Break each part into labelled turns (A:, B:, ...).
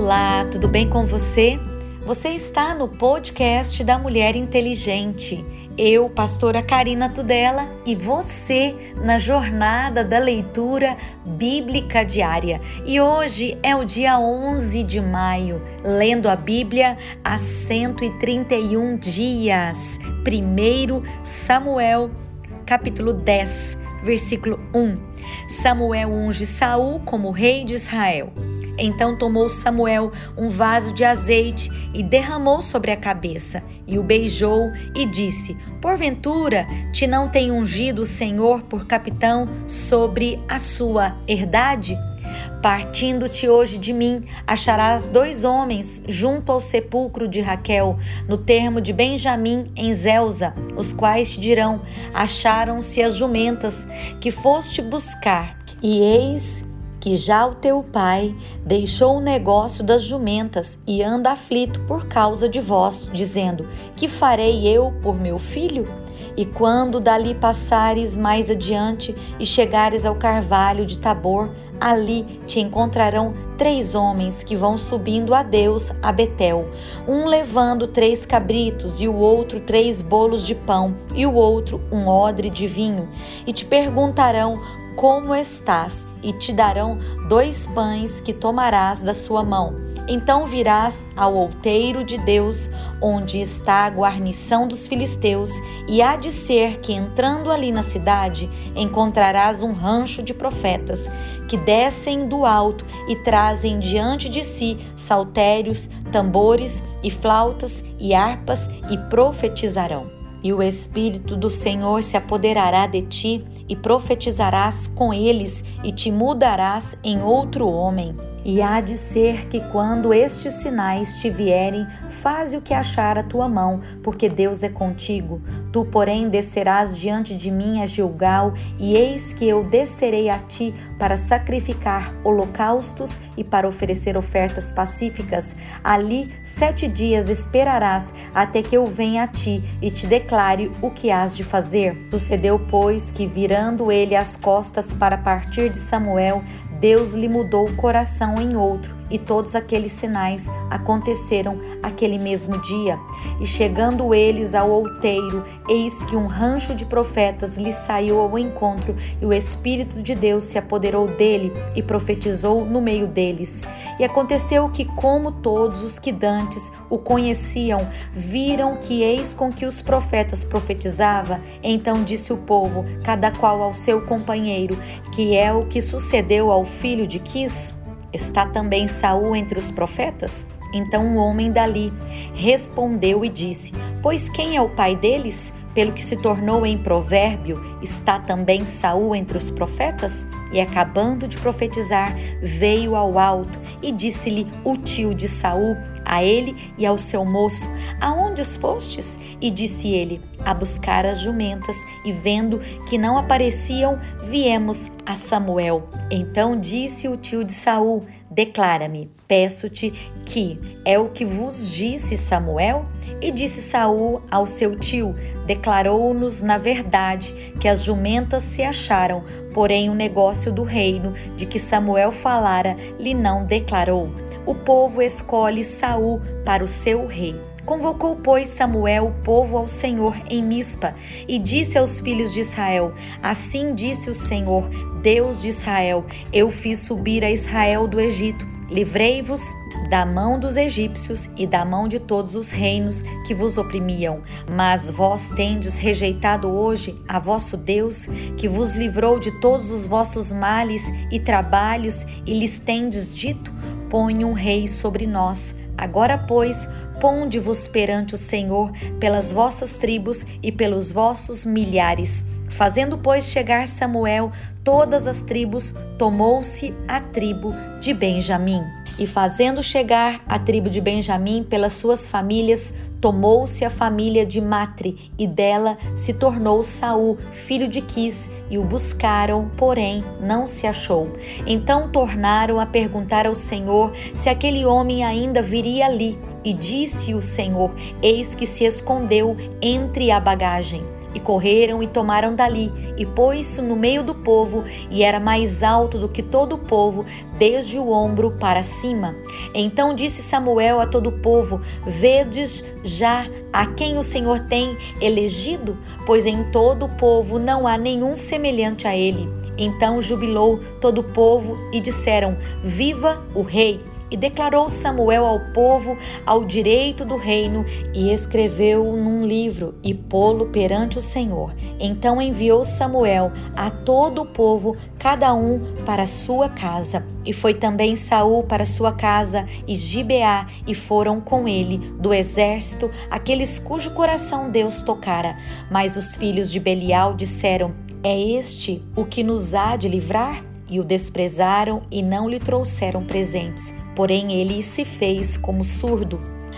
A: Olá, tudo bem com você? Você está no podcast da Mulher Inteligente. Eu, pastora Karina Tudela, e você na jornada da leitura bíblica diária. E hoje é o dia 11 de maio, lendo a Bíblia há 131 dias. 1 Samuel, capítulo 10, versículo 1. Samuel unge Saul como rei de Israel. Então tomou Samuel um vaso de azeite e derramou sobre a cabeça, e o beijou e disse: Porventura te não tem ungido o Senhor por capitão sobre a sua herdade? Partindo-te hoje de mim, acharás 2 homens junto ao sepulcro de Raquel, no termo de Benjamim em Zelza, os quais te dirão: acharam-se as jumentas que foste buscar, e eis que já o teu pai deixou o negócio das jumentas e anda aflito por causa de vós, dizendo: que farei eu por meu filho? E quando dali passares mais adiante e chegares ao carvalho de Tabor, ali te encontrarão 3 homens que vão subindo a Deus a Betel, um levando 3 cabritos e o outro 3 bolos de pão e o outro um odre de vinho, e te perguntarão: como estás? E te darão 2 pães que tomarás da sua mão. Então virás ao outeiro de Deus, onde está a guarnição dos filisteus, e há de ser que, entrando ali na cidade, encontrarás um rancho de profetas, que descem do alto e trazem diante de si saltérios, tambores e flautas e harpas, e profetizarão. E o Espírito do Senhor se apoderará de ti, e profetizarás com eles, e te mudarás em outro homem. E há de ser que, quando estes sinais te vierem, faze o que achar a tua mão, porque Deus é contigo. Tu, porém, descerás diante de mim a Gilgal, e eis que eu descerei a ti para sacrificar holocaustos e para oferecer ofertas pacíficas. Ali 7 dias esperarás até que eu venha a ti e te declare o que hás de fazer. Sucedeu, pois, que, virando ele as costas para partir de Samuel, Deus lhe mudou o coração em outro, e todos aqueles sinais aconteceram aquele mesmo dia. E chegando eles ao outeiro, eis que um rancho de profetas lhe saiu ao encontro, e o Espírito de Deus se apoderou dele e profetizou no meio deles. E aconteceu que, como todos os que dantes o conheciam viram que eis com que os profetas profetizava, então disse o povo, cada qual ao seu companheiro: que é o que sucedeu ao filho de Quis? Está também Saul entre os profetas? Então um homem dali respondeu e disse: pois quem é o pai deles? Pelo que se tornou em provérbio, está também Saul entre os profetas? E acabando de profetizar, veio ao alto e disse-lhe o tio de Saul, a ele e ao seu moço: aonde fostes? E disse ele: a buscar as jumentas, e vendo que não apareciam, viemos a Samuel. Então disse o tio de Saul: declara-me, peço-te, que é o que vos disse Samuel? E disse Saul ao seu tio: declarou-nos na verdade que as jumentas se acharam, porém o negócio do reino de que Samuel falara lhe não declarou. O povo escolhe Saul para o seu rei. Convocou, pois, Samuel o povo ao Senhor em Mispa, e disse aos filhos de Israel: assim disse o Senhor, Deus de Israel: eu fiz subir a Israel do Egito, livrei-vos da mão dos egípcios e da mão de todos os reinos que vos oprimiam. Mas vós tendes rejeitado hoje a vosso Deus, que vos livrou de todos os vossos males e trabalhos, e lhes tendes dito: põe um rei sobre nós. Agora, pois, ponde-vos perante o Senhor pelas vossas tribos e pelos vossos milhares. Fazendo, pois, chegar Samuel todas as tribos, tomou-se a tribo de Benjamim. E fazendo chegar a tribo de Benjamim pelas suas famílias, tomou-se a família de Matri, e dela se tornou Saul, filho de Quis, e o buscaram, porém não se achou. Então tornaram a perguntar ao Senhor se aquele homem ainda viria ali. E disse o Senhor: eis que se escondeu entre a bagagem. e correram e tomaram dali, e pôs-se no meio do povo, e era mais alto do que todo o povo, desde o ombro para cima. Então disse Samuel a todo o povo: vedes já a quem o Senhor tem elegido? Pois em todo o povo não há nenhum semelhante a ele. Então jubilou todo o povo e disseram: viva o rei! E declarou Samuel ao povo ao direito do reino, e escreveu-o num livro e pô-lo perante o Senhor. Então enviou Samuel a todo o povo, cada um para a sua casa. E foi também Saul para sua casa, e Gibeá, e foram com ele do exército aqueles cujo coração Deus tocara. Mas os filhos de Belial disseram: é este o que nos há de livrar? E o desprezaram e não lhe trouxeram presentes. Porém ele se fez como surdo.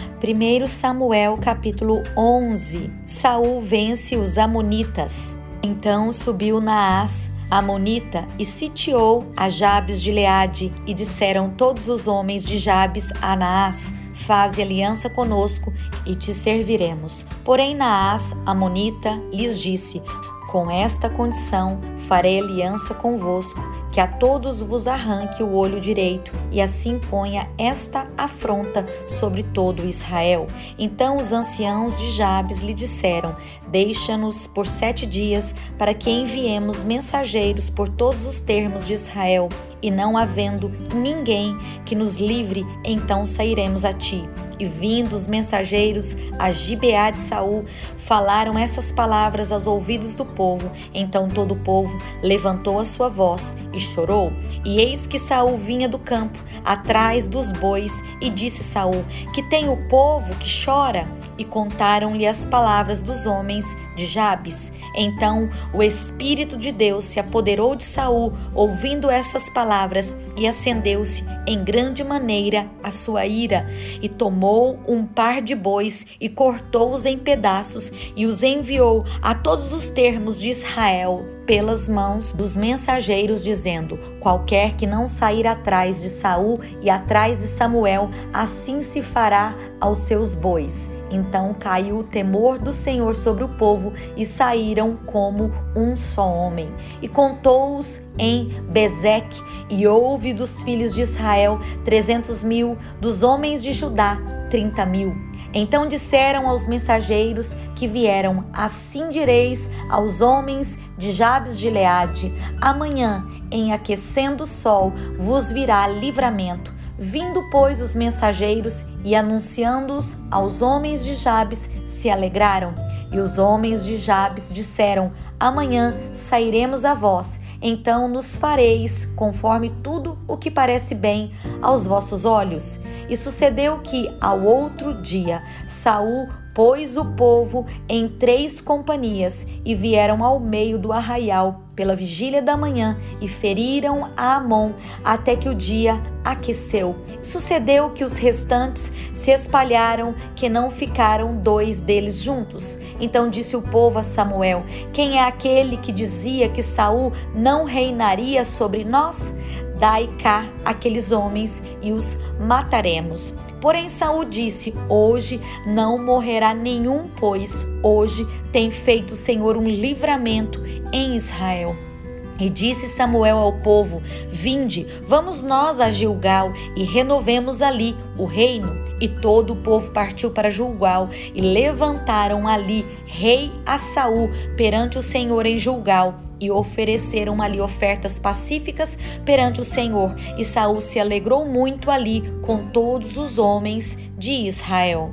A: 1 Samuel capítulo 11. Saul vence os amonitas. Então subiu Naás, amonita, e sitiou a Jabes de Gileade, e disseram todos os homens de Jabes a Naás: faze aliança conosco e te serviremos. Porém Naás, amonita, lhes disse: com esta condição farei aliança convosco, que a todos vos arranque o olho direito, e assim ponha esta afronta sobre todo Israel. Então os anciãos de Jabes lhe disseram: deixa-nos por 7 dias, para que enviemos mensageiros por todos os termos de Israel, e não havendo ninguém que nos livre, então sairemos a ti. E vindo os mensageiros a Gibeá de Saul, falaram essas palavras aos ouvidos do povo. Então todo o povo levantou a sua voz e chorou. E eis que Saul vinha do campo, atrás dos bois, e disse Saul: que tem o povo que chora? E contaram-lhe as palavras dos homens de Jabes. Então o Espírito de Deus se apoderou de Saul, ouvindo essas palavras, e acendeu-se em grande maneira a sua ira, e tomou um par de bois e cortou-os em pedaços, e os enviou a todos os termos de Israel pelas mãos dos mensageiros, dizendo: qualquer que não sair atrás de Saul e atrás de Samuel, assim se fará aos seus bois. Então caiu o temor do Senhor sobre o povo, e saíram como um só homem. E contou-os em Bezeque, e houve dos filhos de Israel 300.000, dos homens de Judá 30.000. Então disseram aos mensageiros que vieram: assim direis aos homens de Jabes de Gileade: amanhã, em aquecendo o sol, vos virá livramento. Vindo, pois, os mensageiros e anunciando-os aos homens de Jabes, se alegraram. E os homens de Jabes disseram: amanhã sairemos a vós, então nos fareis conforme tudo o que parece bem aos vossos olhos. E sucedeu que, ao outro dia, Saul pôs o povo em 3 companhias, e vieram ao meio do arraial pela vigília da manhã, e feriram a Amon, até que o dia aqueceu. Sucedeu que os restantes se espalharam, que não ficaram 2 deles juntos. Então disse o povo a Samuel: quem é aquele que dizia que Saul não reinaria sobre nós? Dai cá aqueles homens e os mataremos. Porém Saul disse: hoje não morrerá nenhum, pois hoje tem feito o Senhor um livramento em Israel. E disse Samuel ao povo: vinde, vamos nós a Gilgal e renovemos ali o reino. E todo o povo partiu para Gilgal, e levantaram ali rei a Saul perante o Senhor em Gilgal, e ofereceram ali ofertas pacíficas perante o Senhor. E Saul se alegrou muito ali com todos os homens de Israel.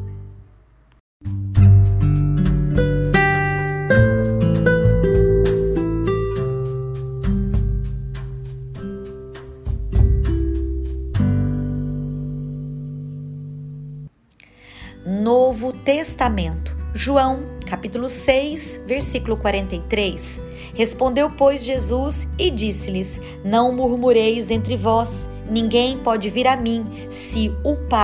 A: Novo Testamento. João, capítulo 6, versículo 43. Respondeu, pois, Jesus e disse-lhes: não murmureis entre vós. Ninguém pode vir a mim, se o Pai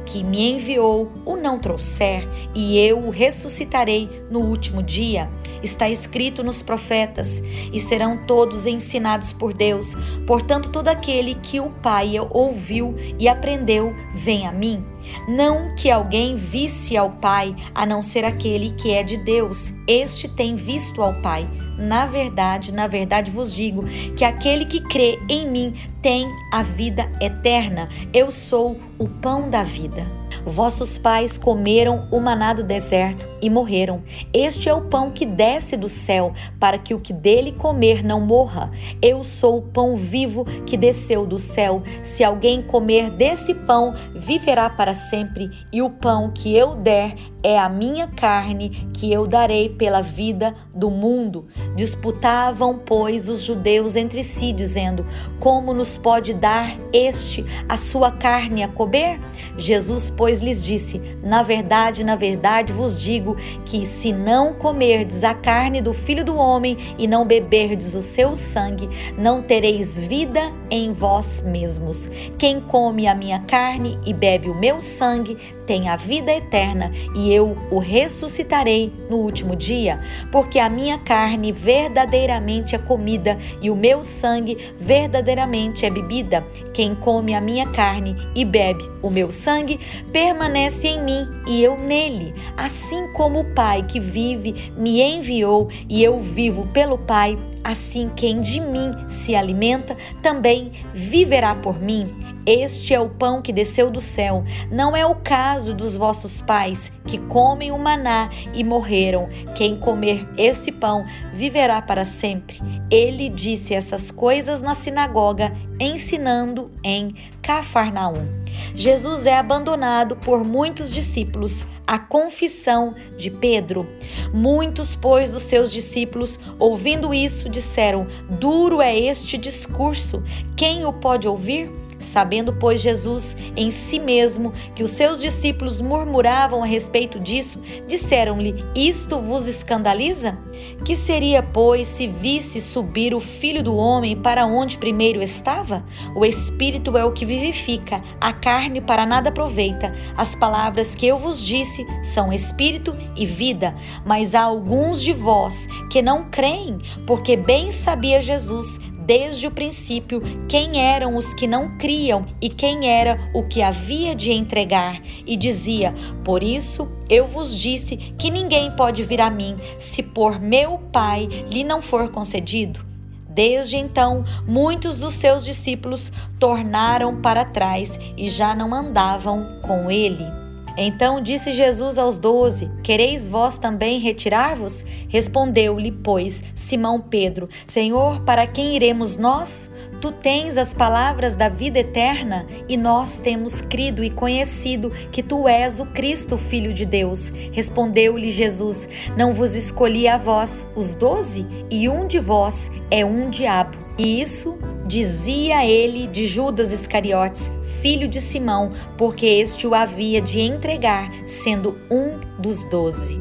A: que me enviou o não trouxer, e eu o ressuscitarei no último dia. Está escrito nos profetas, e serão todos ensinados por Deus. Portanto, todo aquele que o Pai ouviu e aprendeu, vem a mim. Não que alguém visse ao Pai, a não ser aquele que é de Deus. Este tem visto ao Pai. Na verdade vos digo que aquele que crê em mim tem a vida eterna. Eu sou o pão da vida. Vossos pais comeram o maná do deserto e morreram. Este é o pão que desce do céu, para que o que dele comer não morra. Eu sou o pão vivo que desceu do céu. Se alguém comer desse pão, viverá para sempre. E o pão que eu der é a minha carne, que eu darei pela vida do mundo. Disputavam, pois, os judeus entre si, dizendo: como nos pode dar este a sua carne a comer? Jesus, pois, lhes disse: na verdade vos digo que se não comerdes a carne do Filho do Homem e não beberdes o seu sangue, não tereis vida em vós mesmos. Quem come a minha carne e bebe o meu sangue tem a vida eterna, e eu o ressuscitarei no último dia, porque a minha carne verdadeiramente é comida e o meu sangue verdadeiramente é bebida. Quem come a minha carne e bebe o meu sangue permanece em mim e eu nele. Assim como o Pai que vive me enviou e eu vivo pelo Pai, assim quem de mim se alimenta também viverá por mim. Este é o pão que desceu do céu. Não é o caso dos vossos pais, que comem o maná e morreram. Quem comer esse pão viverá para sempre. Ele disse essas coisas na sinagoga, ensinando em Cafarnaum. Jesus é abandonado por muitos discípulos. A confissão de Pedro. Muitos, pois, dos seus discípulos, ouvindo isso, disseram: duro é este discurso, quem o pode ouvir? Sabendo, pois, Jesus em si mesmo que os seus discípulos murmuravam a respeito disso, disseram-lhe: isto vos escandaliza? Que seria, pois, se visse subir o Filho do Homem para onde primeiro estava? O Espírito é o que vivifica, a carne para nada aproveita. As palavras que eu vos disse são Espírito e vida. Mas há alguns de vós que não creem, porque bem sabia Jesus desde o princípio quem eram os que não criam e quem era o que havia de entregar. E dizia: por isso eu vos disse que ninguém pode vir a mim, se por meu Pai lhe não for concedido. Desde então, muitos dos seus discípulos tornaram para trás e já não andavam com ele. Então disse Jesus aos 12: quereis vós também retirar-vos? Respondeu-lhe, pois, Simão Pedro: Senhor, para quem iremos nós? Tu tens as palavras da vida eterna, e nós temos crido e conhecido que tu és o Cristo, Filho de Deus. Respondeu-lhe Jesus: não vos escolhi a vós, os 12? E um de vós é um diabo. E isso dizia ele de Judas Iscariotes, filho de Simão, porque este o havia de entregar, sendo um dos 12.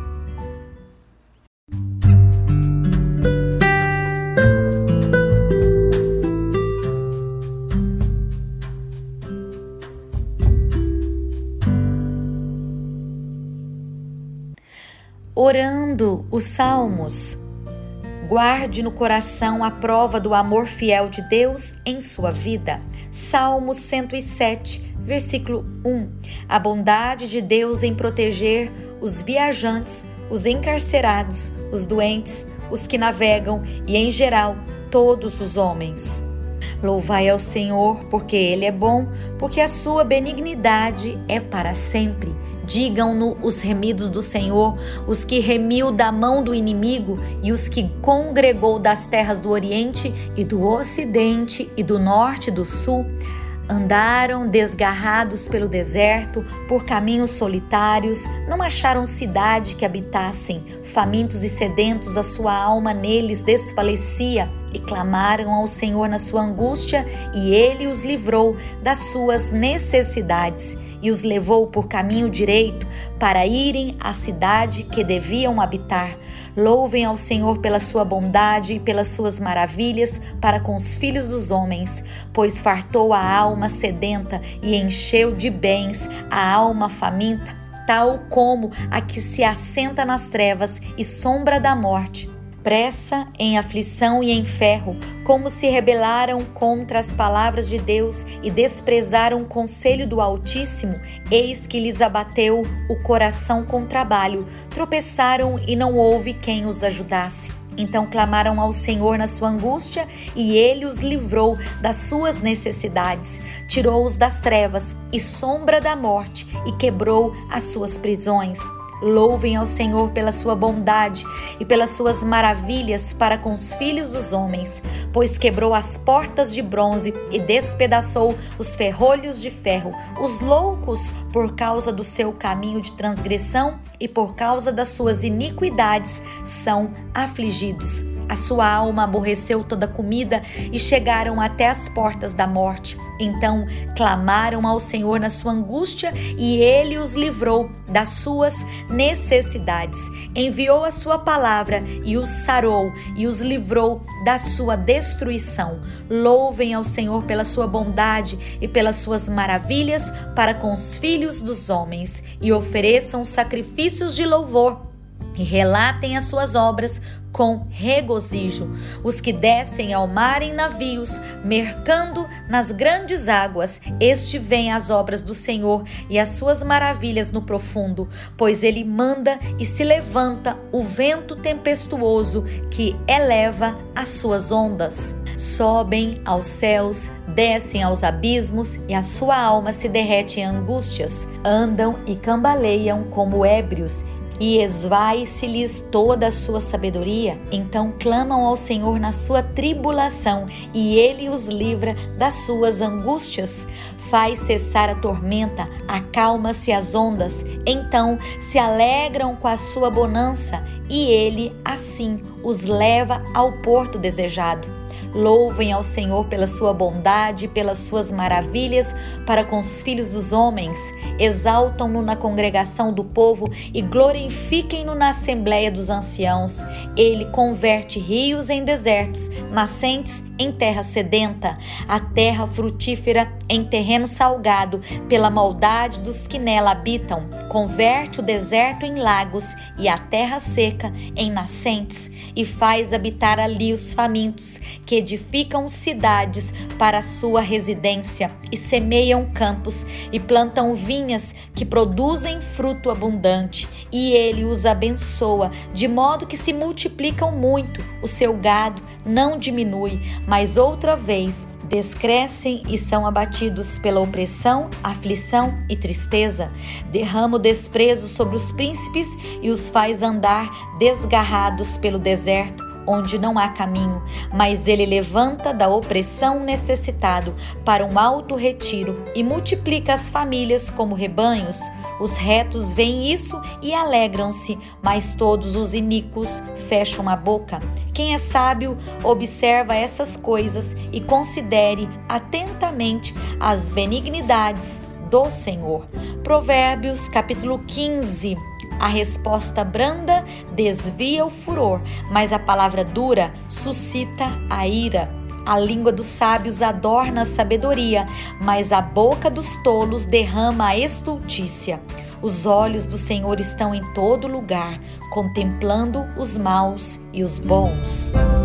A: Orando os Salmos. Guarde no coração a prova do amor fiel de Deus em sua vida. Salmo 107, versículo 1. A bondade de Deus em proteger os viajantes, os encarcerados, os doentes, os que navegam e, em geral, todos os homens. Louvai ao Senhor, porque Ele é bom, porque a sua benignidade é para sempre. Digam-no os remidos do Senhor, os que remiu da mão do inimigo e os que congregou das terras do Oriente e do Ocidente e do Norte e do Sul. Andaram desgarrados pelo deserto, por caminhos solitários, não acharam cidade que habitassem. Famintos e sedentos, a sua alma neles desfalecia, e clamaram ao Senhor na sua angústia, e Ele os livrou das suas necessidades, e os levou por caminho direito para irem à cidade que deviam habitar. Louvem ao Senhor pela sua bondade e pelas suas maravilhas para com os filhos dos homens, pois fartou a alma sedenta e encheu de bens a alma faminta, tal como a que se assenta nas trevas e sombra da morte. Pressa em aflição e em ferro, como se rebelaram contra as palavras de Deus e desprezaram o conselho do Altíssimo, eis que lhes abateu o coração com trabalho, tropeçaram e não houve quem os ajudasse. Então clamaram ao Senhor na sua angústia e Ele os livrou das suas necessidades, tirou-os das trevas e sombra da morte e quebrou as suas prisões. Louvem ao Senhor pela sua bondade e pelas suas maravilhas para com os filhos dos homens, pois quebrou as portas de bronze e despedaçou os ferrolhos de ferro. Os loucos, por causa do seu caminho de transgressão e por causa das suas iniquidades, são afligidos. A sua alma aborreceu toda comida e chegaram até as portas da morte. Então clamaram ao Senhor na sua angústia e Ele os livrou das suas necessidades. Enviou a sua palavra e os sarou e os livrou da sua destruição. Louvem ao Senhor pela sua bondade e pelas suas maravilhas para com os filhos dos homens e ofereçam sacrifícios de louvor e relatem as suas obras com regozijo. Os que descem ao mar em navios, mercando nas grandes águas, este vem às obras do Senhor e as suas maravilhas no profundo, pois ele manda e se levanta o vento tempestuoso que eleva as suas ondas. Sobem aos céus, descem aos abismos e a sua alma se derrete em angústias. Andam e cambaleiam como ébrios e esvai-se-lhes toda a sua sabedoria. Então clamam ao Senhor na sua tribulação e Ele os livra das suas angústias. Faz cessar a tormenta, acalma-se as ondas, então se alegram com a sua bonança e Ele assim os leva ao porto desejado. Louvem ao Senhor pela sua bondade e pelas suas maravilhas para com os filhos dos homens. Exaltam-no na congregação do povo e glorifiquem-no na assembleia dos anciãos. Ele converte rios em desertos, nascentes em terra sedenta, a terra frutífera em terreno salgado, pela maldade dos que nela habitam. Converte o deserto em lagos e a terra seca em nascentes, e faz habitar ali os famintos, que edificam cidades para a sua residência, e semeiam campos, e plantam vinhas que produzem fruto abundante, e ele os abençoa, de modo que se multiplicam muito. O seu gado não diminui, mas outra vez descrescem e são abatidos pela opressão, aflição e tristeza. Derrama o desprezo sobre os príncipes e os faz andar desgarrados pelo deserto, onde não há caminho, mas ele levanta da opressão o necessitado para um alto retiro e multiplica as famílias como rebanhos. Os retos veem isso e alegram-se, mas todos os iníquos fecham a boca. Quem é sábio observa essas coisas e considere atentamente as benignidades do Senhor. Provérbios capítulo 15. A resposta branda desvia o furor, mas a palavra dura suscita a ira. A língua dos sábios adorna a sabedoria, mas a boca dos tolos derrama a estultícia. Os olhos do Senhor estão em todo lugar, contemplando os maus e os bons.